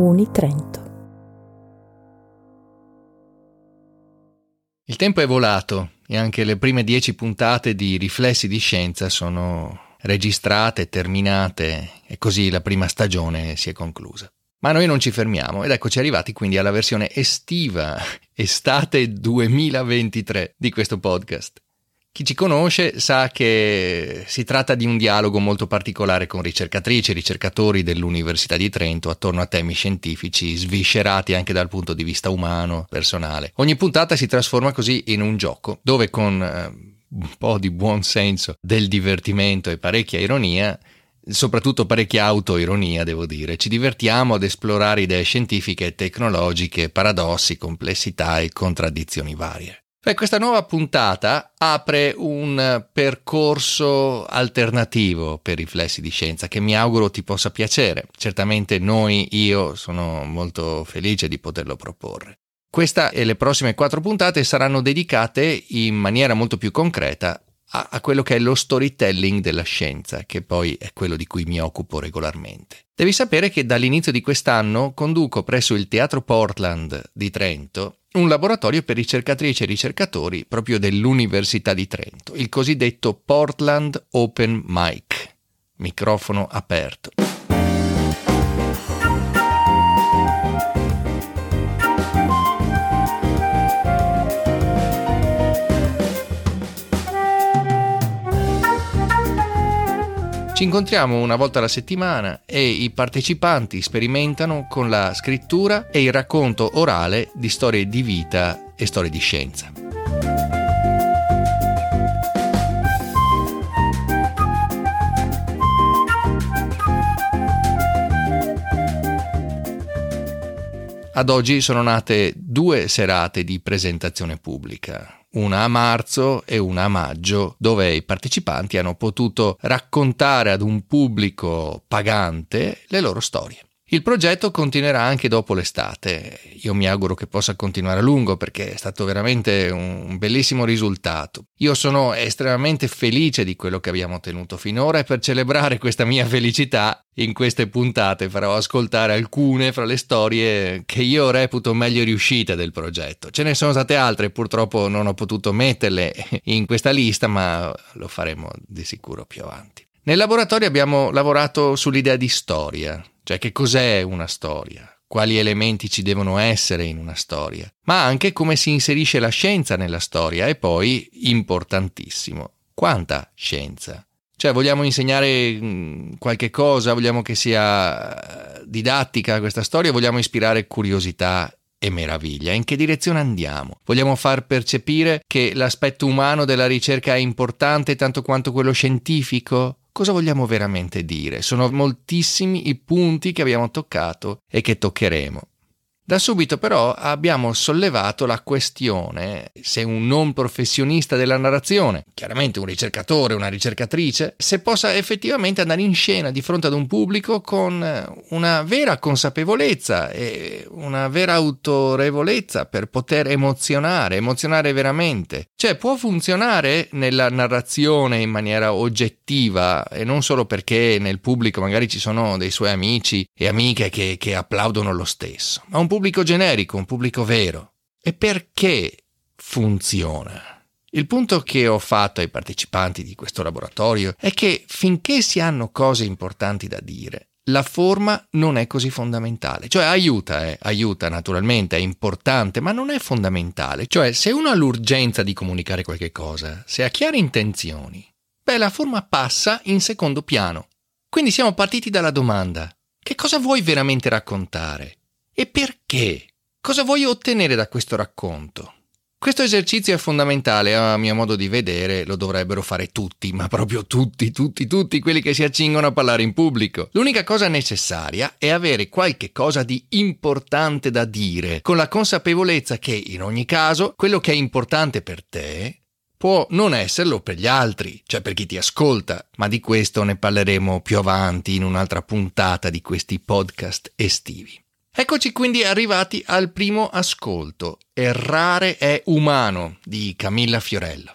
Unitrento. Il tempo è volato e anche le prime 10 puntate di Riflessi di Scienza sono registrate, terminate e così la prima stagione si è conclusa. Ma noi non ci fermiamo ed eccoci arrivati quindi alla versione estiva, estate 2023 di questo podcast. Chi ci conosce sa che si tratta di un dialogo molto particolare con ricercatrici e ricercatori dell'Università di Trento attorno a temi scientifici sviscerati anche dal punto di vista umano, personale. Ogni puntata si trasforma così in un gioco dove con un po' di buon senso, del divertimento e parecchia ironia, soprattutto parecchia autoironia devo dire, ci divertiamo ad esplorare idee scientifiche e tecnologiche, paradossi, complessità e contraddizioni varie. Questa nuova puntata apre un percorso alternativo per Riflessi di Scienza che mi auguro ti possa piacere. Certamente io sono molto felice di poterlo proporre. Questa e le prossime 4 puntate saranno dedicate in maniera molto più concreta a quello che è lo storytelling della scienza, che poi è quello di cui mi occupo regolarmente. Devi sapere che dall'inizio di quest'anno conduco presso il Teatro Portland di Trento un laboratorio per ricercatrici e ricercatori proprio dell'Università di Trento, il cosiddetto Portland Open Mic, microfono aperto. Ci incontriamo una volta alla settimana e i partecipanti sperimentano con la scrittura e il racconto orale di storie di vita e storie di scienza. Ad oggi sono nate 2 serate di presentazione pubblica. Una a marzo e una a maggio, dove i partecipanti hanno potuto raccontare ad un pubblico pagante le loro storie. Il progetto continuerà anche dopo l'estate. Io mi auguro che possa continuare a lungo perché è stato veramente un bellissimo risultato. Io sono estremamente felice di quello che abbiamo ottenuto finora e per celebrare questa mia felicità in queste puntate farò ascoltare alcune fra le storie che io reputo meglio riuscite del progetto. Ce ne sono state altre, purtroppo non ho potuto metterle in questa lista, ma lo faremo di sicuro più avanti. Nel laboratorio abbiamo lavorato sull'idea di storia, cioè che cos'è una storia, quali elementi ci devono essere in una storia, ma anche come si inserisce la scienza nella storia e poi, importantissimo, quanta scienza. Cioè vogliamo insegnare qualche cosa, vogliamo che sia didattica questa storia, vogliamo ispirare curiosità e meraviglia. In che direzione andiamo? Vogliamo far percepire che l'aspetto umano della ricerca è importante tanto quanto quello scientifico? Cosa vogliamo veramente dire? Sono moltissimi i punti che abbiamo toccato e che toccheremo. Da subito però abbiamo sollevato la questione se un non professionista della narrazione, chiaramente un ricercatore, una ricercatrice, se possa effettivamente andare in scena di fronte ad un pubblico con una vera consapevolezza e una vera autorevolezza per poter emozionare veramente. Cioè può funzionare nella narrazione in maniera oggettiva e non solo perché nel pubblico magari ci sono dei suoi amici e amiche che applaudono lo stesso, ma un pubblico generico, un pubblico vero. E perché funziona? Il punto che ho fatto ai partecipanti di questo laboratorio è che finché si hanno cose importanti da dire, la forma non è così fondamentale. Cioè aiuta naturalmente, è importante, ma non è fondamentale. Cioè se uno ha l'urgenza di comunicare qualche cosa, se ha chiare intenzioni, la forma passa in secondo piano. Quindi siamo partiti dalla domanda: che cosa vuoi veramente raccontare? E perché? Cosa vuoi ottenere da questo racconto? Questo esercizio è fondamentale, a mio modo di vedere lo dovrebbero fare tutti, ma proprio tutti quelli che si accingono a parlare in pubblico. L'unica cosa necessaria è avere qualche cosa di importante da dire, con la consapevolezza che in ogni caso quello che è importante per te può non esserlo per gli altri, cioè per chi ti ascolta, ma di questo ne parleremo più avanti in un'altra puntata di questi podcast estivi. Eccoci quindi arrivati al primo ascolto. Errare è umano di Camilla Fiorello.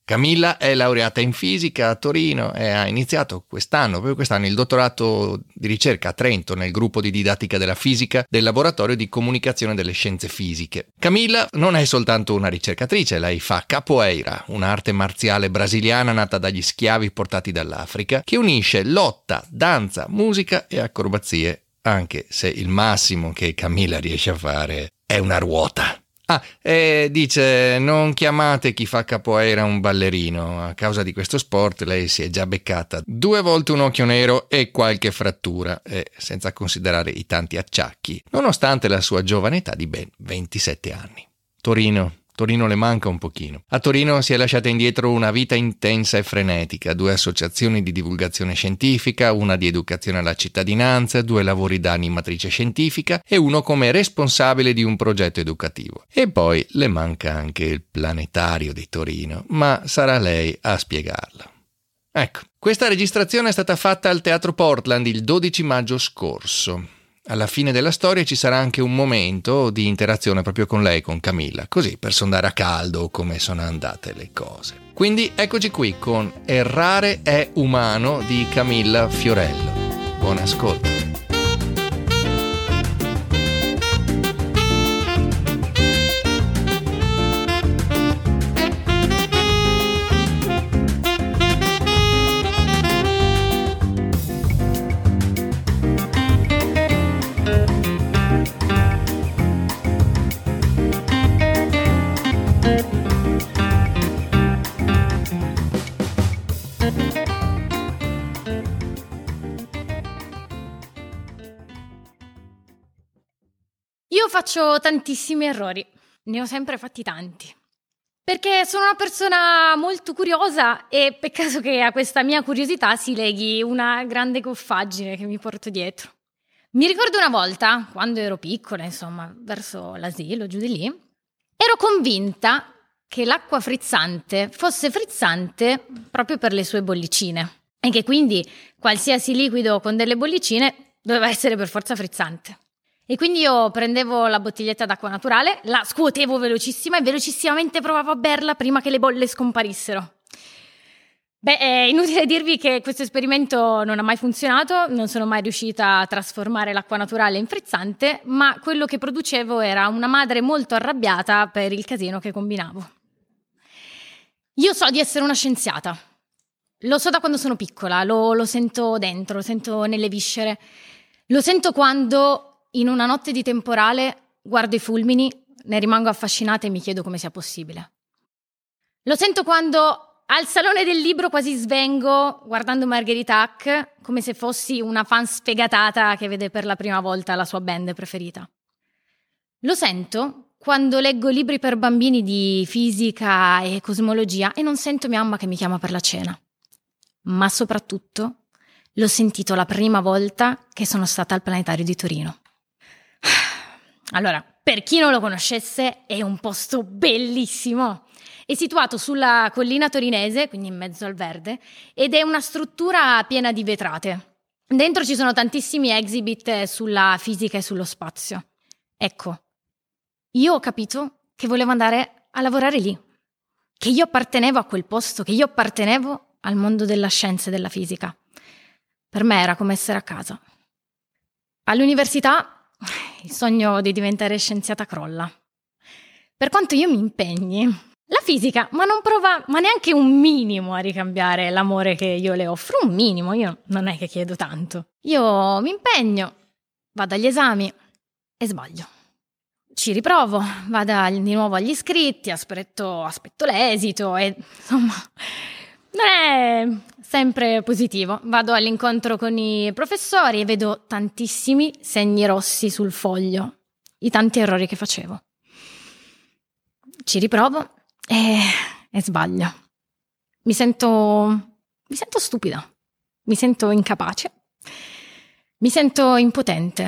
Camilla è laureata in fisica a Torino e ha iniziato proprio quest'anno, il dottorato di ricerca a Trento nel gruppo di didattica della fisica del laboratorio di comunicazione delle scienze fisiche. Camilla non è soltanto una ricercatrice, lei fa capoeira, un'arte marziale brasiliana nata dagli schiavi portati dall'Africa, che unisce lotta, danza, musica e acrobazie, anche se il massimo che Camilla riesce a fare è una ruota. Dice: non chiamate chi fa capoeira un ballerino. A causa di questo sport lei si è già beccata 2 volte un occhio nero e qualche frattura, senza considerare i tanti acciacchi, nonostante la sua giovane età di ben 27 anni. Torino le manca un pochino. A Torino si è lasciata indietro una vita intensa e frenetica, 2 associazioni di divulgazione scientifica, una di educazione alla cittadinanza, 2 lavori da animatrice scientifica e uno come responsabile di un progetto educativo. E poi le manca anche il planetario di Torino, ma sarà lei a spiegarla. Ecco, questa registrazione è stata fatta al Teatro Portland il 12 maggio scorso. Alla fine della storia ci sarà anche un momento di interazione proprio con lei, con Camilla, così per sondare a caldo come sono andate le cose. Quindi eccoci qui con Errare è umano di Camilla Fiorello. Buon ascolto. Io faccio tantissimi errori, ne ho sempre fatti tanti, perché sono una persona molto curiosa e peccato che a questa mia curiosità si leghi una grande goffaggine che mi porto dietro. Mi ricordo una volta, quando ero piccola, insomma, verso l'asilo, giù di lì, ero convinta che l'acqua frizzante fosse frizzante proprio per le sue bollicine e che quindi qualsiasi liquido con delle bollicine doveva essere per forza frizzante. E quindi io prendevo la bottiglietta d'acqua naturale, la scuotevo velocissima e velocissimamente provavo a berla prima che le bolle scomparissero. È inutile dirvi che questo esperimento non ha mai funzionato, non sono mai riuscita a trasformare l'acqua naturale in frizzante, ma quello che producevo era una madre molto arrabbiata per il casino che combinavo. Io so di essere una scienziata, lo so da quando sono piccola, lo sento dentro, lo sento nelle viscere, lo sento quando in una notte di temporale guardo i fulmini, ne rimango affascinata e mi chiedo come sia possibile. Lo sento quando al Salone del Libro quasi svengo guardando Margherita Hack come se fossi una fan sfegatata che vede per la prima volta la sua band preferita. Lo sento quando leggo libri per bambini di fisica e cosmologia e non sento mia mamma che mi chiama per la cena. Ma soprattutto l'ho sentito la prima volta che sono stata al Planetario di Torino. Allora, per chi non lo conoscesse, è un posto bellissimo. È situato sulla collina torinese, quindi in mezzo al verde, ed è una struttura piena di vetrate. Dentro ci sono tantissimi exhibit sulla fisica e sullo spazio. Ecco, io ho capito che volevo andare a lavorare lì, che io appartenevo a quel posto, che io appartenevo al mondo della scienza e della fisica. Per me era come essere a casa. All'università il sogno di diventare scienziata crolla. Per quanto io mi impegni, la fisica non prova neanche un minimo a ricambiare l'amore che io le offro. Un minimo, io non è che chiedo tanto. Io mi impegno, vado agli esami e sbaglio. Ci riprovo, vado di nuovo agli iscritti, aspetto l'esito e insomma non è sempre positivo. Vado all'incontro con i professori e vedo tantissimi segni rossi sul foglio, i tanti errori che facevo. Ci riprovo e sbaglio. Mi sento stupida, mi sento incapace, mi sento impotente.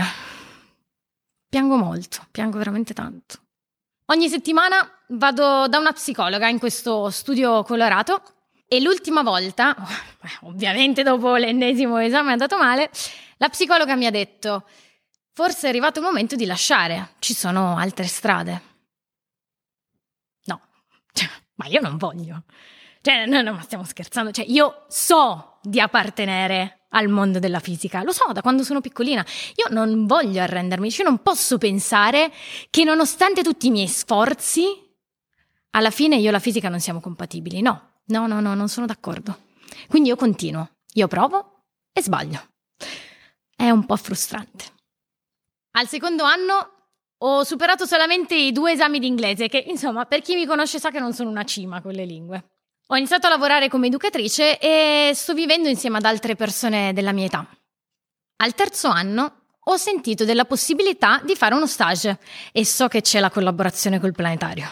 Piango molto, piango veramente tanto. Ogni settimana vado da una psicologa in questo studio colorato. E l'ultima volta, ovviamente dopo l'ennesimo esame è andato male, la psicologa mi ha detto: forse è arrivato il momento di lasciare, ci sono altre strade. No, ma io non voglio. Cioè, no, ma stiamo scherzando. Cioè, io so di appartenere al mondo della fisica, lo so da quando sono piccolina. Io non voglio arrendermi, cioè non posso pensare che nonostante tutti i miei sforzi, alla fine io e la fisica non siamo compatibili. No, non sono d'accordo. Quindi io continuo, io provo e sbaglio. È un po' frustrante. Al secondo anno ho superato solamente i 2 esami di inglese, che insomma per chi mi conosce sa che non sono una cima con le lingue. Ho iniziato a lavorare come educatrice e sto vivendo insieme ad altre persone della mia età. Al terzo anno ho sentito della possibilità di fare uno stage e so che c'è la collaborazione col planetario.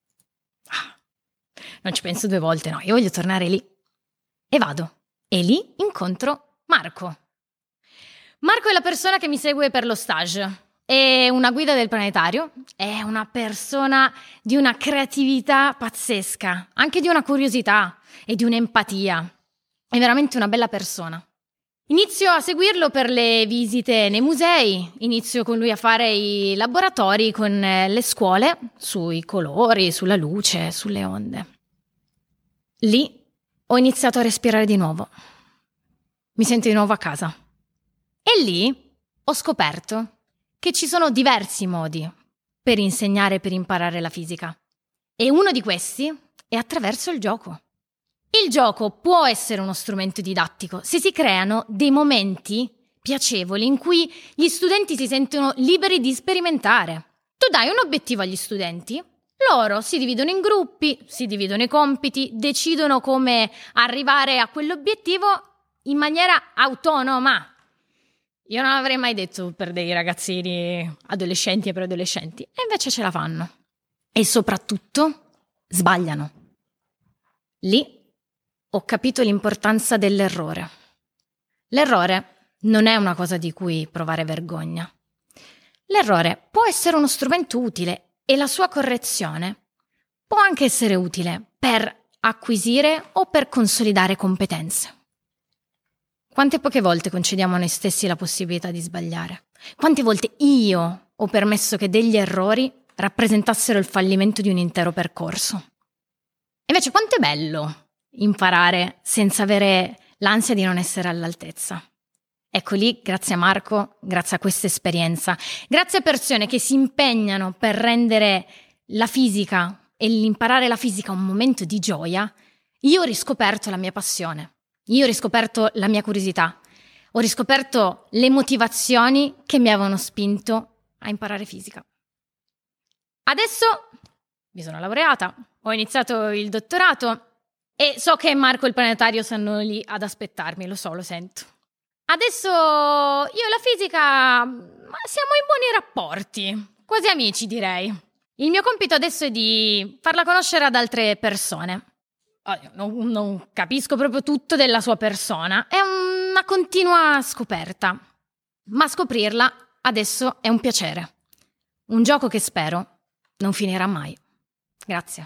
Non ci penso 2 volte, no, io voglio tornare lì. E vado. E lì incontro Marco. Marco è la persona che mi segue per lo stage. È una guida del planetario, è una persona di una creatività pazzesca, anche di una curiosità e di un'empatia. È veramente una bella persona. Inizio a seguirlo per le visite nei musei, inizio con lui a fare i laboratori con le scuole sui colori, sulla luce, sulle onde. Lì ho iniziato a respirare di nuovo. Mi sento di nuovo a casa. E lì ho scoperto che ci sono diversi modi per insegnare e per imparare la fisica. E uno di questi è attraverso il gioco. Il gioco può essere uno strumento didattico se si creano dei momenti piacevoli in cui gli studenti si sentono liberi di sperimentare. Tu dai un obiettivo agli studenti, loro si dividono in gruppi, si dividono i compiti, decidono come arrivare a quell'obiettivo in maniera autonoma. Io non l'avrei mai detto per dei ragazzini adolescenti e preadolescenti, e invece ce la fanno. E soprattutto sbagliano. Lì ho capito l'importanza dell'errore. L'errore non è una cosa di cui provare vergogna. L'errore può essere uno strumento utile e la sua correzione può anche essere utile per acquisire o per consolidare competenze. Quante poche volte concediamo a noi stessi la possibilità di sbagliare? Quante volte io ho permesso che degli errori rappresentassero il fallimento di un intero percorso? Invece quanto è bello imparare senza avere l'ansia di non essere all'altezza. Ecco lì, grazie a Marco, grazie a questa esperienza, grazie a persone che si impegnano per rendere la fisica e l'imparare la fisica un momento di gioia, io ho riscoperto la mia passione. Io ho riscoperto la mia curiosità, ho riscoperto le motivazioni che mi avevano spinto a imparare fisica. Adesso mi sono laureata, ho iniziato il dottorato e so che Marco e il planetario stanno lì ad aspettarmi, lo so, lo sento. Adesso io e la fisica siamo in buoni rapporti, quasi amici direi. Il mio compito adesso è di farla conoscere ad altre persone. Non capisco proprio tutto della sua persona, è una continua scoperta, ma scoprirla adesso è un piacere, un gioco che spero non finirà mai. Grazie.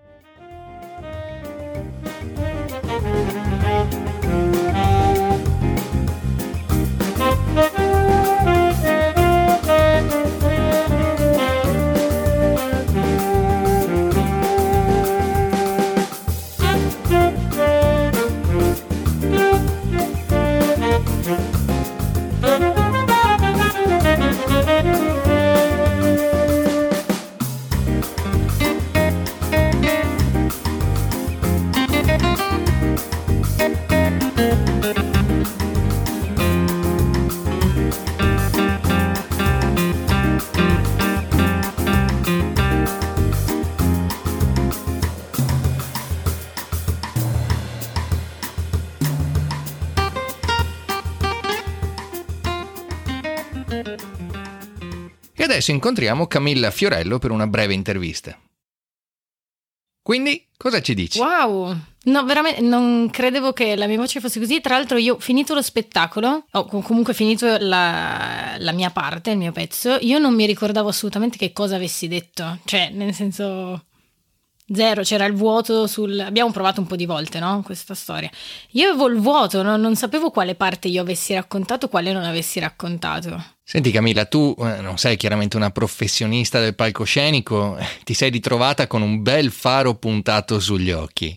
E adesso incontriamo Camilla Fiorello per una breve intervista. Quindi, cosa ci dici? Wow! No, veramente non credevo che la mia voce fosse così. Tra l'altro io, finito lo spettacolo, o comunque finito la mia parte, il mio pezzo, io non mi ricordavo assolutamente che cosa avessi detto. Cioè, nel senso... Zero, c'era il vuoto abbiamo provato un po' di volte, no? Questa storia. Io avevo il vuoto, no? Non sapevo quale parte io avessi raccontato, quale non avessi raccontato. Senti Camilla, tu non sei chiaramente una professionista del palcoscenico, ti sei ritrovata con un bel faro puntato sugli occhi.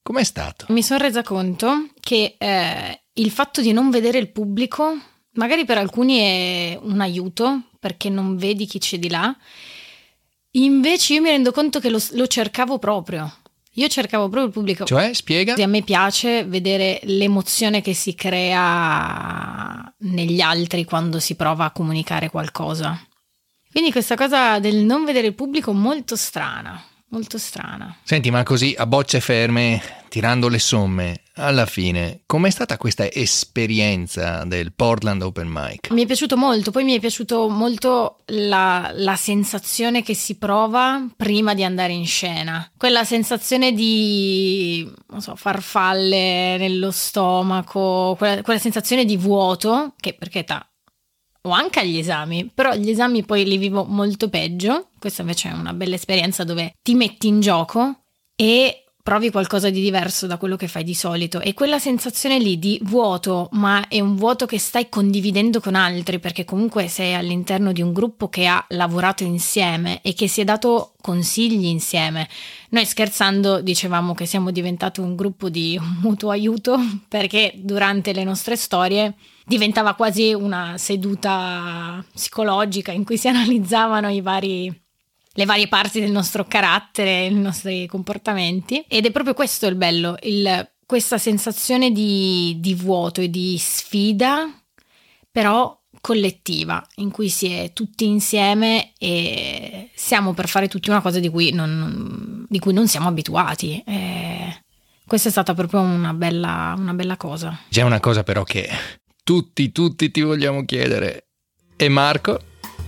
Com'è stato? Mi sono resa conto che il fatto di non vedere il pubblico magari per alcuni è un aiuto, perché non vedi chi c'è di là. Invece io mi rendo conto che lo cercavo proprio. Io cercavo proprio il pubblico. Cioè, spiega? A me piace vedere l'emozione che si crea negli altri quando si prova a comunicare qualcosa. Quindi questa cosa del non vedere il pubblico è molto strana, molto strana. Senti, ma così a bocce ferme, tirando le somme, alla fine, com'è stata questa esperienza del Portland Open Mic? Mi è piaciuto molto, poi mi è piaciuto molto la sensazione che si prova prima di andare in scena. Quella sensazione di, non so, farfalle nello stomaco, quella sensazione di vuoto, che per carità o anche agli esami, però gli esami poi li vivo molto peggio. Questa invece è una bella esperienza dove ti metti in gioco e provi qualcosa di diverso da quello che fai di solito, e quella sensazione lì di vuoto, ma è un vuoto che stai condividendo con altri, perché comunque sei all'interno di un gruppo che ha lavorato insieme e che si è dato consigli insieme. Noi scherzando dicevamo che siamo diventati un gruppo di mutuo aiuto, perché durante le nostre storie diventava quasi una seduta psicologica in cui si analizzavano le varie parti del nostro carattere, i nostri comportamenti, ed è proprio questo il bello, questa sensazione di vuoto e di sfida, però collettiva, in cui si è tutti insieme e siamo per fare tutti una cosa di cui non siamo abituati. Questa è stata proprio una bella cosa. C'è una cosa però che tutti ti vogliamo chiedere. E Marco?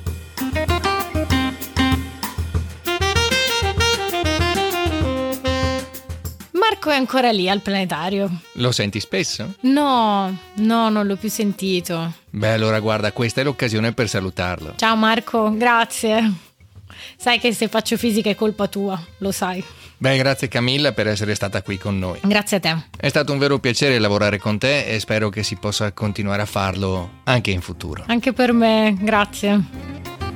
Marco è ancora lì al planetario. Lo senti spesso? No, non l'ho più sentito. Beh, allora guarda, questa è l'occasione per salutarlo. Ciao Marco, grazie. Sai che se faccio fisica è colpa tua, lo sai. Beh, grazie Camilla per essere stata qui con noi. Grazie a te. È stato un vero piacere lavorare con te e spero che si possa continuare a farlo anche in futuro. Anche per me, grazie.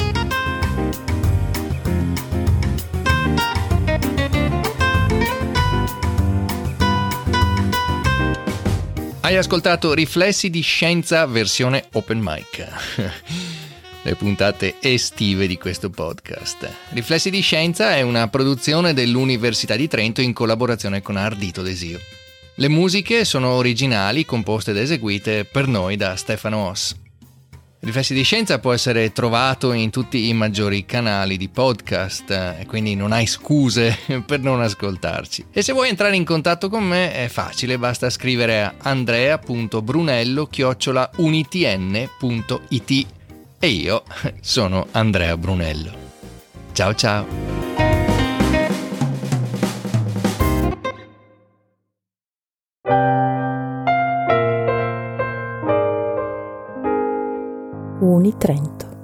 Hai ascoltato Riflessi di Scienza versione Open Mic. Le puntate estive di questo podcast. Riflessi di Scienza è una produzione dell'Università di Trento in collaborazione con Ardito Desio. Le musiche sono originali, composte ed eseguite per noi da Stefano Oss. Riflessi di Scienza può essere trovato in tutti i maggiori canali di podcast e quindi non hai scuse per non ascoltarci. E se vuoi entrare in contatto con me è facile, basta scrivere a andrea.brunello@unitn.it e io sono Andrea Brunello. Ciao ciao! Unitrento.